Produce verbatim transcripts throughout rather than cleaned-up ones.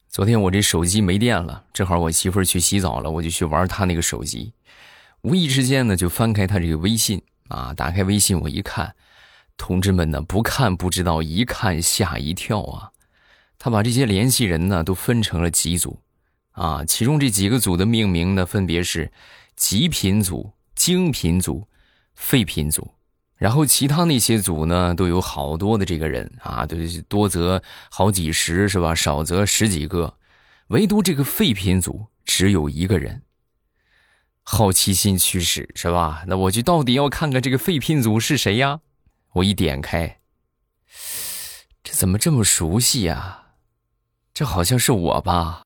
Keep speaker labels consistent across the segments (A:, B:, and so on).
A: 昨天我这手机没电了，正好我媳妇儿去洗澡了，我就去玩她那个手机。无意之间呢，就翻开她这个微信啊，打开微信我一看，同志们呢，不看不知道，一看吓一跳啊！她把这些联系人呢都分成了几组啊，其中这几个组的命名呢分别是极品组、精品组、废品组。然后其他那些组呢都有好多的这个人啊，都多则好几十是吧，少则十几个，唯独这个废品组只有一个人。好奇心驱使是吧，那我就到底要看看这个废品组是谁呀。我一点开，这怎么这么熟悉呀？这好像是我吧。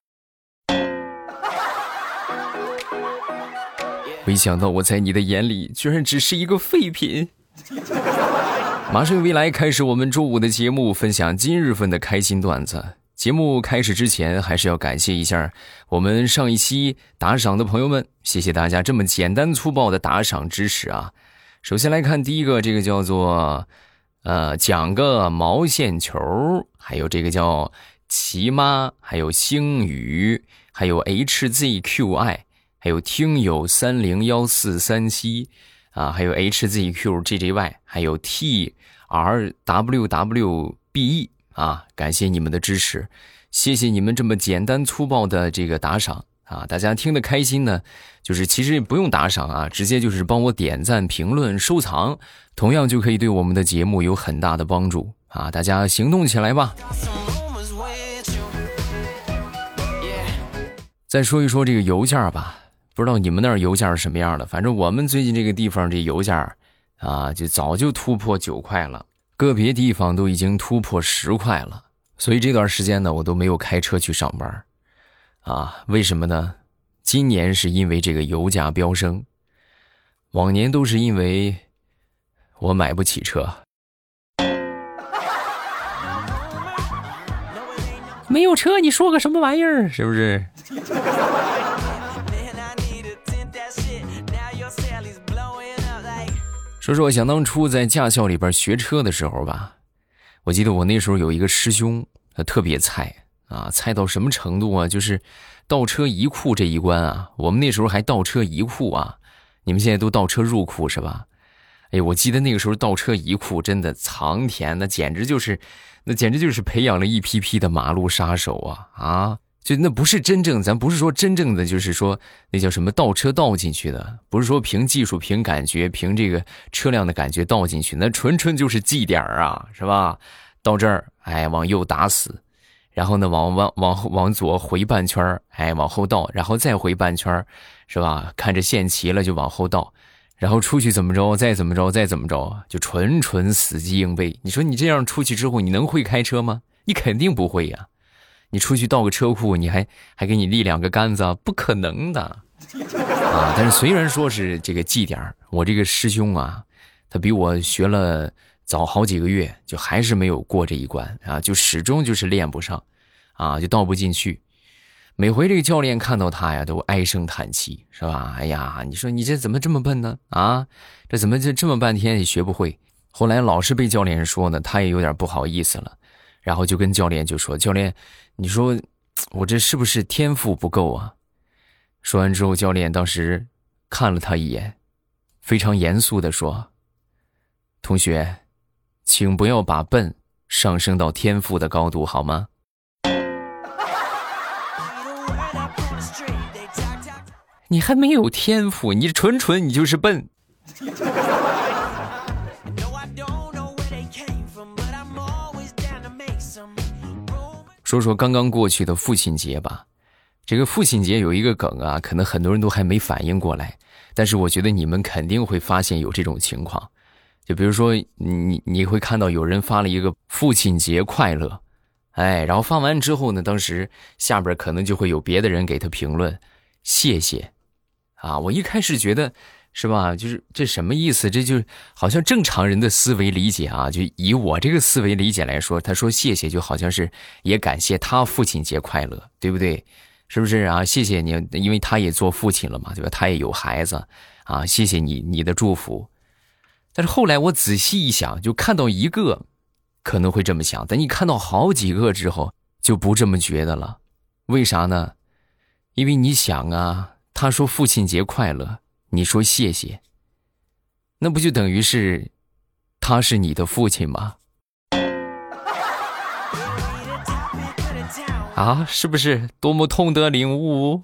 A: 没想到我在你的眼里居然只是一个废品。马上未来开始我们周五的节目，分享今日份的开心段子。节目开始之前还是要感谢一下我们上一期打赏的朋友们，谢谢大家这么简单粗暴的打赏支持啊。首先来看第一个，这个叫做呃讲个毛线球，还有这个叫齐妈，还有星宇，还有 H Z Q I， 还有听友三零一四三七啊，还有 H Z Q J J Y， 还有 T R W W B E 啊，感谢你们的支持，谢谢你们这么简单粗暴的这个打赏啊！大家听得开心呢，就是其实不用打赏啊，直接就是帮我点赞、评论、收藏，同样就可以对我们的节目有很大的帮助啊！大家行动起来吧！再说一说这个油价吧。不知道你们那儿油价是什么样的，反正我们最近这个地方这油价啊，就早就突破九块了，个别地方都已经突破十块了。所以这段时间呢，我都没有开车去上班啊。为什么呢？今年是因为这个油价飙升，往年都是因为我买不起车。没有车你说个什么玩意儿，是不是？说说我想当初在驾校里边学车的时候吧，我记得我那时候有一个师兄，他特别菜啊，菜到什么程度啊？就是倒车移库这一关啊，我们那时候还倒车移库啊，你们现在都倒车入库是吧？哎，我记得那个时候倒车移库真的藏田，那简直就是，那简直就是培养了一批批的马路杀手啊啊！就那不是真正，咱不是说真正的，就是说那叫什么倒车倒进去的，不是说凭技术、凭感觉、凭这个车辆的感觉倒进去，那纯纯就是记点啊，是吧？到这儿，哎，往右打死，然后呢，往往往往左回半圈，哎，往后倒，然后再回半圈，是吧？看着线齐了就往后倒，然后出去怎么着，再怎么着，再怎么着，就纯纯死记硬背。你说你这样出去之后，你能会开车吗？你肯定不会呀。你出去倒个车库，你还还给你立两个杆子，不可能的啊！但是虽然说是这个记点，我这个师兄啊，他比我学了早好几个月，就还是没有过这一关啊，就始终就是练不上啊，就倒不进去。每回这个教练看到他呀，都唉声叹气，是吧？哎呀，你说你这怎么这么笨呢？啊，这怎么这这么半天也学不会？后来老是被教练说呢，他也有点不好意思了。然后就跟教练就说，教练你说我这是不是天赋不够啊？说完之后，教练当时看了他一眼，非常严肃地说，同学请不要把笨上升到天赋的高度好吗？你还没有天赋，你纯纯你就是笨。说说刚刚过去的父亲节吧，这个父亲节有一个梗啊，可能很多人都还没反应过来，但是我觉得你们肯定会发现有这种情况。就比如说你你会看到有人发了一个父亲节快乐，哎，然后发完之后呢，当时下边可能就会有别的人给他评论谢谢啊。我一开始觉得是吧，就是这什么意思，这就好像正常人的思维理解啊，就以我这个思维理解来说，他说谢谢就好像是也感谢他父亲节快乐，对不对？是不是啊？谢谢你，因为他也做父亲了嘛，对吧？他也有孩子啊，谢谢你你的祝福。但是后来我仔细一想，就看到一个可能会这么想，但你看到好几个之后就不这么觉得了为啥呢？因为你想啊，他说父亲节快乐，你说谢谢，那不就等于是他是你的父亲吗？啊，是不是多么痛的领悟？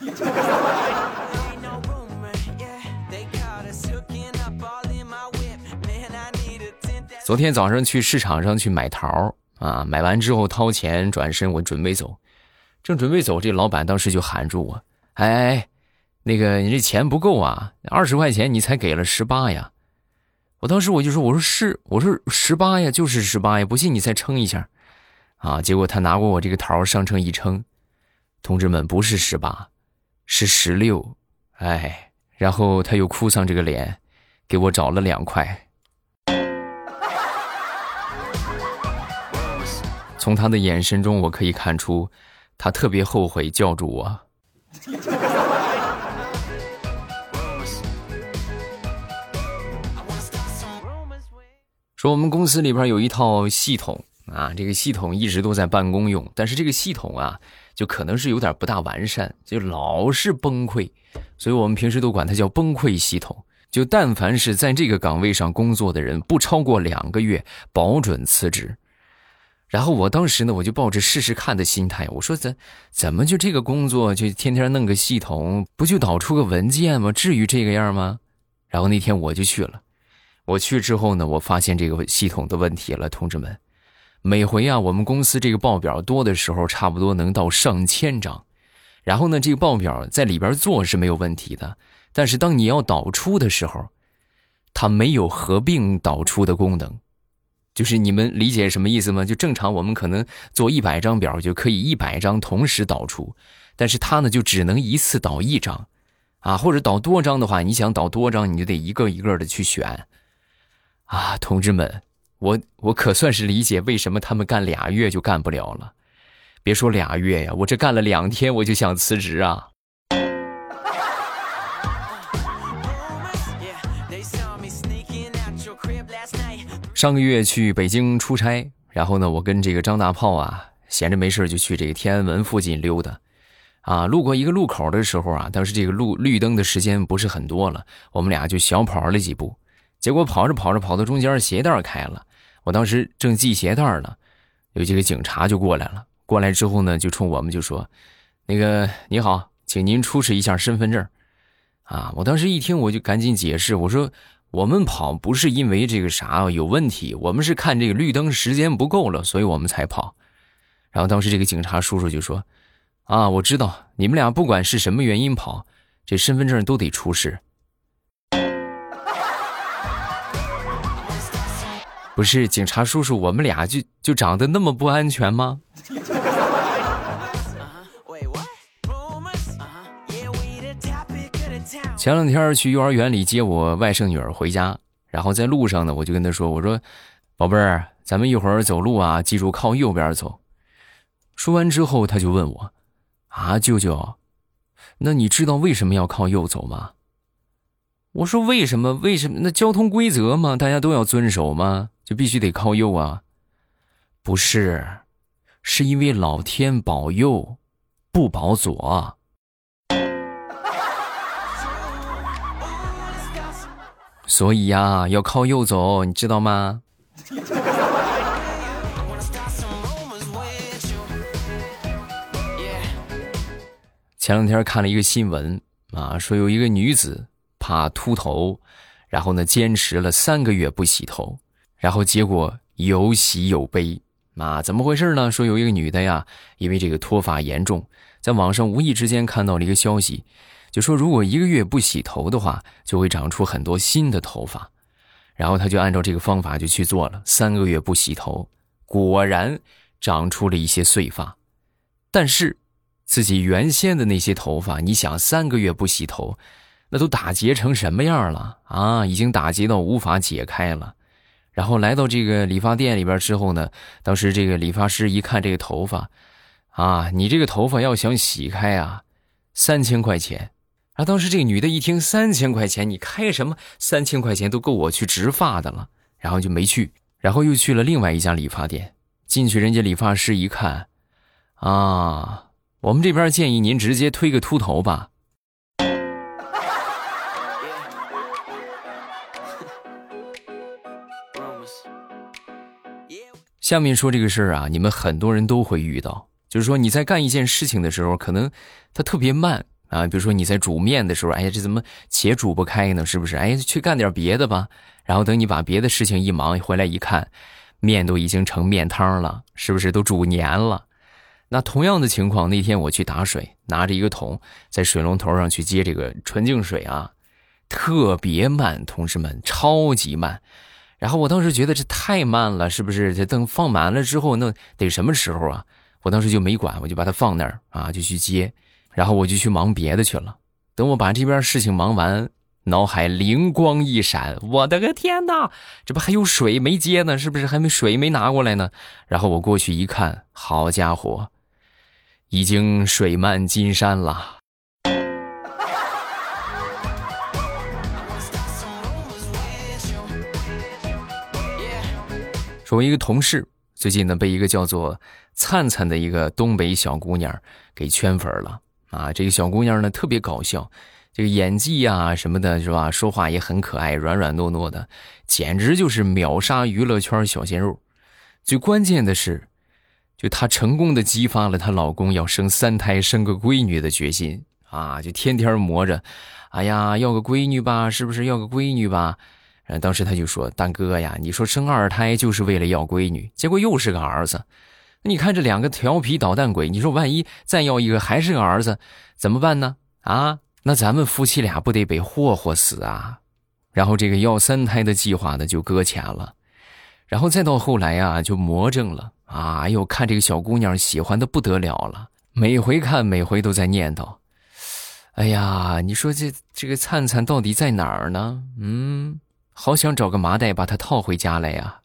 A: 昨天早上去市场上去买桃啊，买完之后掏钱转身，我准备走，正准备走，这老板当时就喊住我，哎哎，那个你这钱不够啊，二十块钱你才给了十八呀。我当时我就说，我说是，我说十八呀，就是十八呀，不信你再称一下啊。结果他拿过我这个桃上称一称，同志们，不是十八，是十六。哎，然后他又哭丧这个脸，给我找了两块。从他的眼神中我可以看出他特别后悔叫住我。说我们公司里边有一套系统啊，这个系统一直都在办公用，但是这个系统啊就可能是有点不大完善，就老是崩溃，所以我们平时都管它叫崩溃系统。就但凡是在这个岗位上工作的人，不超过两个月保准辞职。然后我当时呢，我就抱着试试看的心态，我说怎怎么就这个工作就天天弄个系统，不就导出个文件吗？至于这个样吗？然后那天我就去了，我去之后呢，我发现这个系统的问题了，同志们，每回啊，我们公司这个报表多的时候，差不多能到上千张，然后呢，这个报表在里边做是没有问题的，但是当你要导出的时候，它没有合并导出的功能。就是你们理解什么意思吗？就正常我们可能做一百张表就可以一百张同时导出，但是它呢就只能一次导一张啊，或者导多张的话，你想导多张你就得一个一个的去选啊。同志们，我我可算是理解为什么他们干俩月就干不了了，别说俩月呀，我这干了两天我就想辞职啊。上个月去北京出差，然后呢，我跟这个张大炮啊，闲着没事就去这个天安门附近溜达，啊，路过一个路口的时候啊，当时这个路绿灯的时间不是很多了，我们俩就小跑了几步，结果跑着跑着跑到中间鞋带开了，我当时正系鞋带呢，有几个警察就过来了，过来之后呢，就冲我们就说，那个你好，请您出示一下身份证，啊，我当时一听我就赶紧解释，我说。我们跑不是因为这个啥有问题，我们是看这个绿灯时间不够了，所以我们才跑。然后当时这个警察叔叔就说，啊，我知道你们俩不管是什么原因跑，这身份证都得出示。不是警察叔叔，我们俩就就长得那么不安全吗？前两天去幼儿园里接我外甥女儿回家，然后在路上呢，我就跟她说，我说宝贝儿，咱们一会儿走路啊，记住靠右边走。说完之后她就问我，啊舅舅，那你知道为什么要靠右走吗？我说为什么为什么那交通规则嘛，大家都要遵守吗？就必须得靠右啊？不是，是因为老天保佑不保左。所以呀，要靠右走，你知道吗？前两天看了一个新闻啊，说有一个女子怕秃头，然后呢坚持了三个月不洗头，然后结果有喜有悲啊，怎么回事呢？说有一个女的呀，因为这个脱发严重，在网上无意之间看到了一个消息。就说如果一个月不洗头的话，就会长出很多新的头发，然后他就按照这个方法就去做了，三个月不洗头，果然长出了一些碎发，但是自己原先的那些头发，你想三个月不洗头，那都打结成什么样了啊？已经打结到无法解开了。然后来到这个理发店里边之后呢，当时这个理发师一看这个头发啊，你这个头发要想洗开啊，三千块钱。啊，当时这个女的一听三千块钱，你开什么？三千块钱都够我去植发的了，然后就没去，然后又去了另外一家理发店，进去人家理发师一看，啊， 我们这边建议您直接推个秃头吧。下面说这个事儿啊，你们很多人都会遇到，就是说你在干一件事情的时候，可能它特别慢啊，比如说你在煮面的时候，哎呀，这怎么且煮不开呢？是不是？哎，去干点别的吧。然后等你把别的事情一忙回来一看，面都已经成面汤了，是不是都煮黏了？那同样的情况，那天我去打水，拿着一个桶在水龙头上去接这个纯净水啊，特别慢，同志们，超级慢。然后我当时觉得这太慢了，是不是？这等放满了之后，那得什么时候啊？我当时就没管，我就把它放那儿啊，就去接，然后我就去忙别的去了。等我把这边事情忙完，脑海灵光一闪，我的个天哪，这不还有水没接呢？是不是还没水没拿过来呢？然后我过去一看，好家伙，已经水漫金山了。说我一个同事最近呢被一个叫做灿灿的一个东北小姑娘给圈粉了啊！这个小姑娘呢特别搞笑，这个演技啊什么的，是吧？说话也很可爱，软软糯糯的，简直就是秒杀娱乐圈小鲜肉。最关键的是，就她成功的激发了她老公要生三胎生个闺女的决心啊！就天天磨着，哎呀，要个闺女吧，是不是要个闺女吧？然后当时他就说，大哥呀，你说生二胎就是为了要闺女，结果又是个儿子，你看这两个调皮捣蛋鬼，你说万一再要一个还是个儿子怎么办呢？啊，那咱们夫妻俩不得被霍霍死啊？然后这个要三胎的计划呢就搁浅了，然后再到后来啊就魔怔了啊，哎呦，看这个小姑娘喜欢的不得了了，每回看每回都在念叨，哎呀，你说这这个灿灿到底在哪儿呢？嗯，好想找个麻袋把她套回家来呀。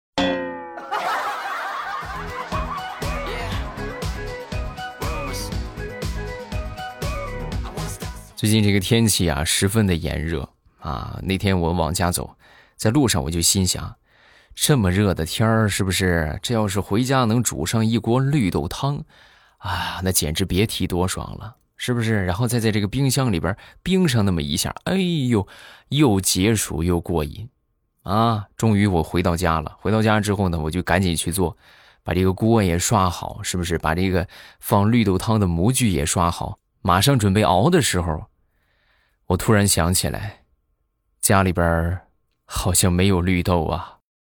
A: 最近这个天气啊十分的炎热啊，那天我往家走，在路上我就心想，这么热的天儿，是不是这要是回家能煮上一锅绿豆汤啊，那简直别提多爽了，是不是？然后再在这个冰箱里边冰上那么一下，哎呦，又解暑又过瘾啊！终于我回到家了，回到家之后呢，我就赶紧去做，把这个锅也刷好，是不是？把这个放绿豆汤的模具也刷好，马上准备熬的时候，我突然想起来，家里边好像没有绿豆啊。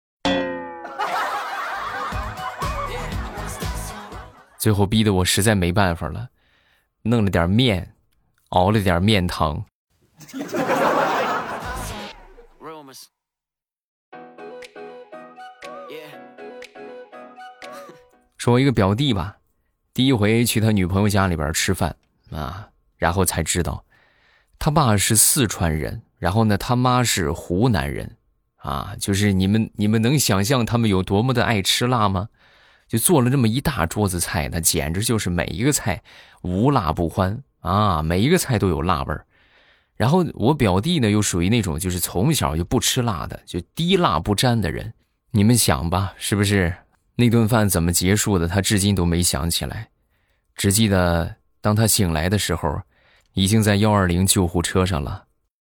A: 最后逼得我实在没办法了，弄了点面，熬了点面汤。说我一个表弟吧，第一回去他女朋友家里边吃饭啊，然后才知道他爸是四川人，然后呢他妈是湖南人啊，就是你们你们能想象他们有多么的爱吃辣吗？就做了这么一大桌子菜，那简直就是每一个菜无辣不欢啊，每一个菜都有辣味儿。然后我表弟呢又属于那种就是从小就不吃辣的，就滴辣不沾的人。你们想吧，是不是那顿饭怎么结束的他至今都没想起来，只记得当他醒来的时候已经在一二零救护车上了。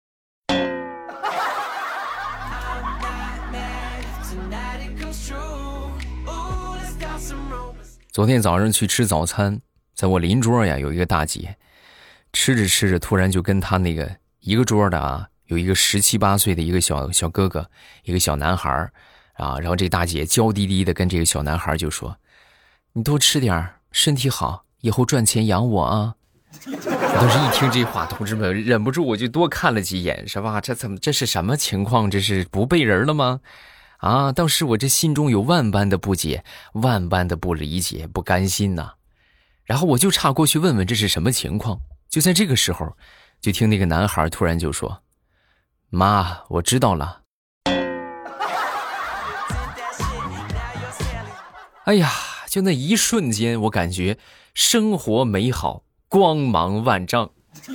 A: 昨天早上去吃早餐，在我邻桌呀有一个大姐，吃着吃着突然就跟她那个一个桌的啊，有一个十七八岁的一个小小哥哥，一个小男孩啊，然后这大姐娇滴滴的跟这个小男孩就说，你多吃点，身体好，以后赚钱养我啊。我当时一听这话，同志们忍不住我就多看了几眼，是吧？这怎么这是什么情况？这是不背人了吗？啊！当时我这心中有万般的不解，万般的不理解，不甘心呐、啊。然后我就岔过去问问这是什么情况。就在这个时候，就听那个男孩突然就说：“妈，我知道了。”哎呀，就那一瞬间，我感觉生活美好，光芒万丈。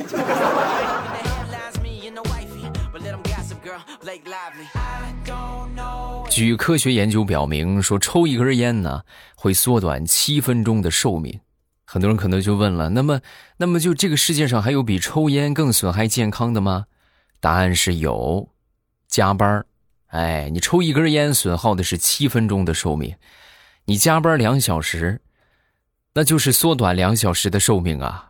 A: 据科学研究表明，说抽一根烟呢，会缩短七分钟的寿命。 很多人可能就问了，那么那么就这个世界上还有比抽烟更损害健康的吗？答案是有，加班。哎，你抽一根烟损耗的是七分钟的寿命，你加班两小时，那就是缩短两小时的寿命啊。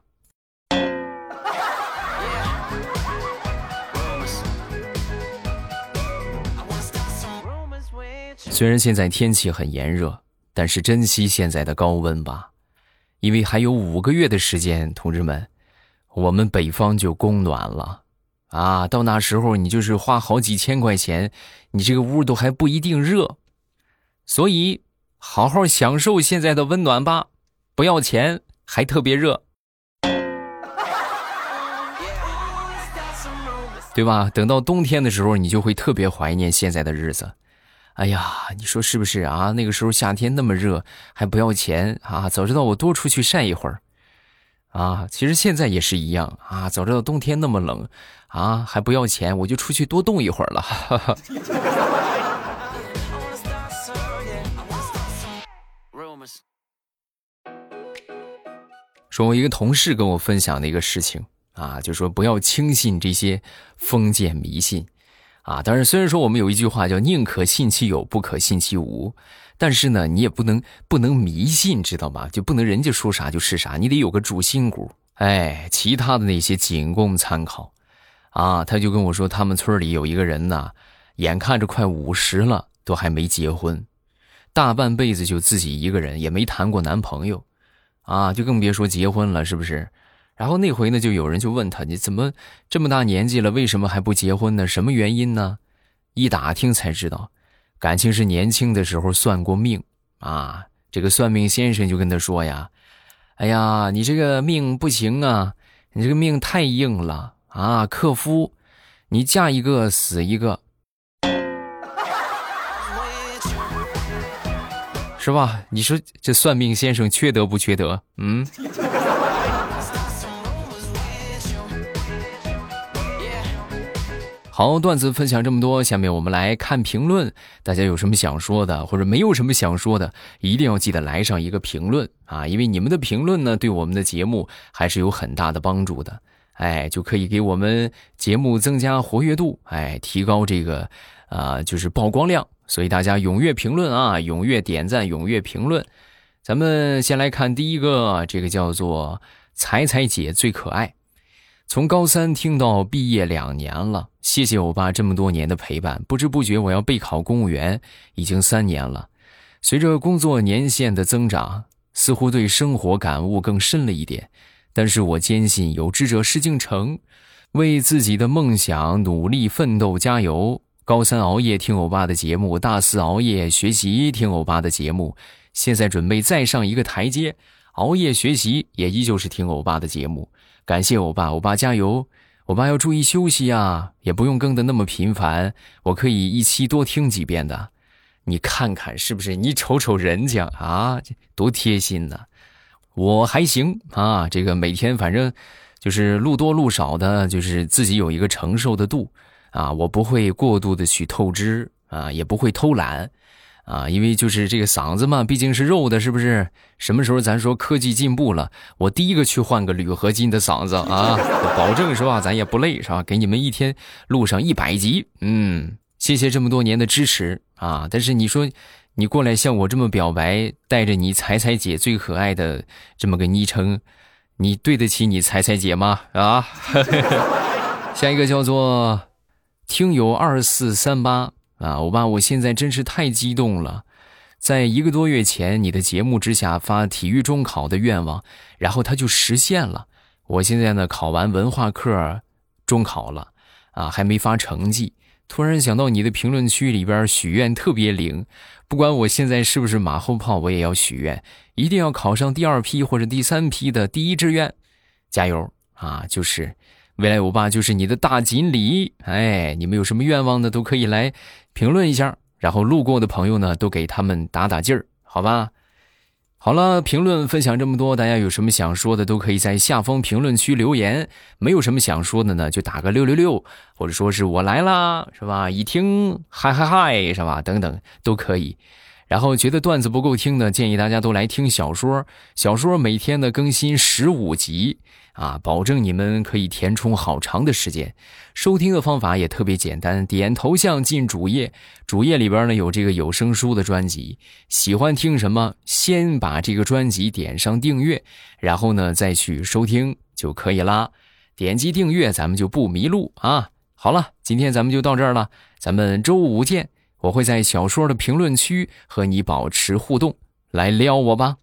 A: 虽然现在天气很炎热，但是珍惜现在的高温吧，因为还有五个月的时间，同志们，我们北方就供暖了啊！到那时候你就是花好几千块钱，你这个屋都还不一定热，所以好好享受现在的温暖吧，不要钱还特别热，对吧？等到冬天的时候，你就会特别怀念现在的日子。哎呀，你说是不是啊？那个时候夏天那么热，还不要钱啊！早知道我多出去晒一会儿啊！其实现在也是一样啊！早知道冬天那么冷啊，还不要钱，我就出去多冻一会儿了。哈哈。说我一个同事跟我分享的一个事情啊，就说不要轻信这些封建迷信。啊，当然虽然说我们有一句话叫宁可信其有不可信其无，但是呢你也不能不能迷信，知道吗？就不能人家说啥就是啥，你得有个主心骨。哎，其他的那些仅供参考。啊，他就跟我说他们村里有一个人呐，眼看着快五十了都还没结婚，大半辈子就自己一个人，也没谈过男朋友啊，就更别说结婚了，是不是？然后那回呢，就有人就问他，你怎么这么大年纪了，为什么还不结婚呢？什么原因呢？一打听才知道，感情是年轻的时候算过命啊。这个算命先生就跟他说呀，哎呀，你这个命不行啊，你这个命太硬了啊，克夫，你嫁一个死一个，是吧？你说这算命先生缺德不缺德？嗯。好，段子分享这么多，下面我们来看评论。大家有什么想说的，或者没有什么想说的，一定要记得来上一个评论啊！因为你们的评论呢，对我们的节目还是有很大的帮助的。哎，就可以给我们节目增加活跃度，哎，提高这个啊、呃，就是曝光量。所以大家踊跃评论啊，踊跃点赞，踊跃评论。咱们先来看第一个，这个叫做彩彩姐最可爱。从高三听到毕业两年了，谢谢欧巴这么多年的陪伴，不知不觉我要备考公务员已经三年了。随着工作年限的增长，似乎对生活感悟更深了一点，但是我坚信有志者事竟成，为自己的梦想努力奋斗加油。高三熬夜听欧巴的节目，大四熬夜学习听欧巴的节目，现在准备再上一个台阶，熬夜学习也依旧是听欧巴的节目。感谢欧巴，欧巴加油，欧巴要注意休息啊，也不用更得那么频繁，我可以一期多听几遍的。你看看是不是？你瞅瞅人家啊，多贴心呢。我还行啊，这个每天反正就是录多录少的，就是自己有一个承受的度啊，我不会过度的去透支啊，也不会偷懒啊，因为就是这个嗓子嘛，毕竟是肉的，是不是？什么时候咱说科技进步了，我第一个去换个铝合金的嗓子啊，保证是吧？咱也不累是吧？给你们一天录上一百集，嗯，谢谢这么多年的支持啊！但是你说你过来像我这么表白，带着你彩彩姐最可爱的这么个昵称，你对得起你彩彩姐吗？啊，下一个叫做听友二四三八。啊，欧巴，我现在真是太激动了！在一个多月前，你的节目之下发体育中考的愿望，然后它就实现了。我现在呢，考完文化课中考了，啊，还没发成绩。突然想到你的评论区里边许愿特别灵，不管我现在是不是马后炮，我也要许愿，一定要考上第二批或者第三批的第一志愿。加油啊！就是未来欧巴就是你的大锦鲤，哎，你们有什么愿望呢，都可以来评论一下，然后路过的朋友呢，都给他们打打劲儿，好吧？好了，评论分享这么多，大家有什么想说的，都可以在下方评论区留言。没有什么想说的呢，就打个六六六，或者说是我来啦，是吧？一听嗨嗨嗨，是吧？等等都可以。 然后觉得段子不够听呢，建议大家都来听小说。小说每天呢更新十五集啊，保证你们可以填充好长的时间。收听的方法也特别简单，点头像进主页，主页里边呢有这个有声书的专辑，喜欢听什么，先把这个专辑点上订阅，然后呢再去收听就可以啦。点击订阅咱们就不迷路啊。好了，今天咱们就到这儿了，咱们周五见。我会在小说的评论区和你保持互动，来撩我吧。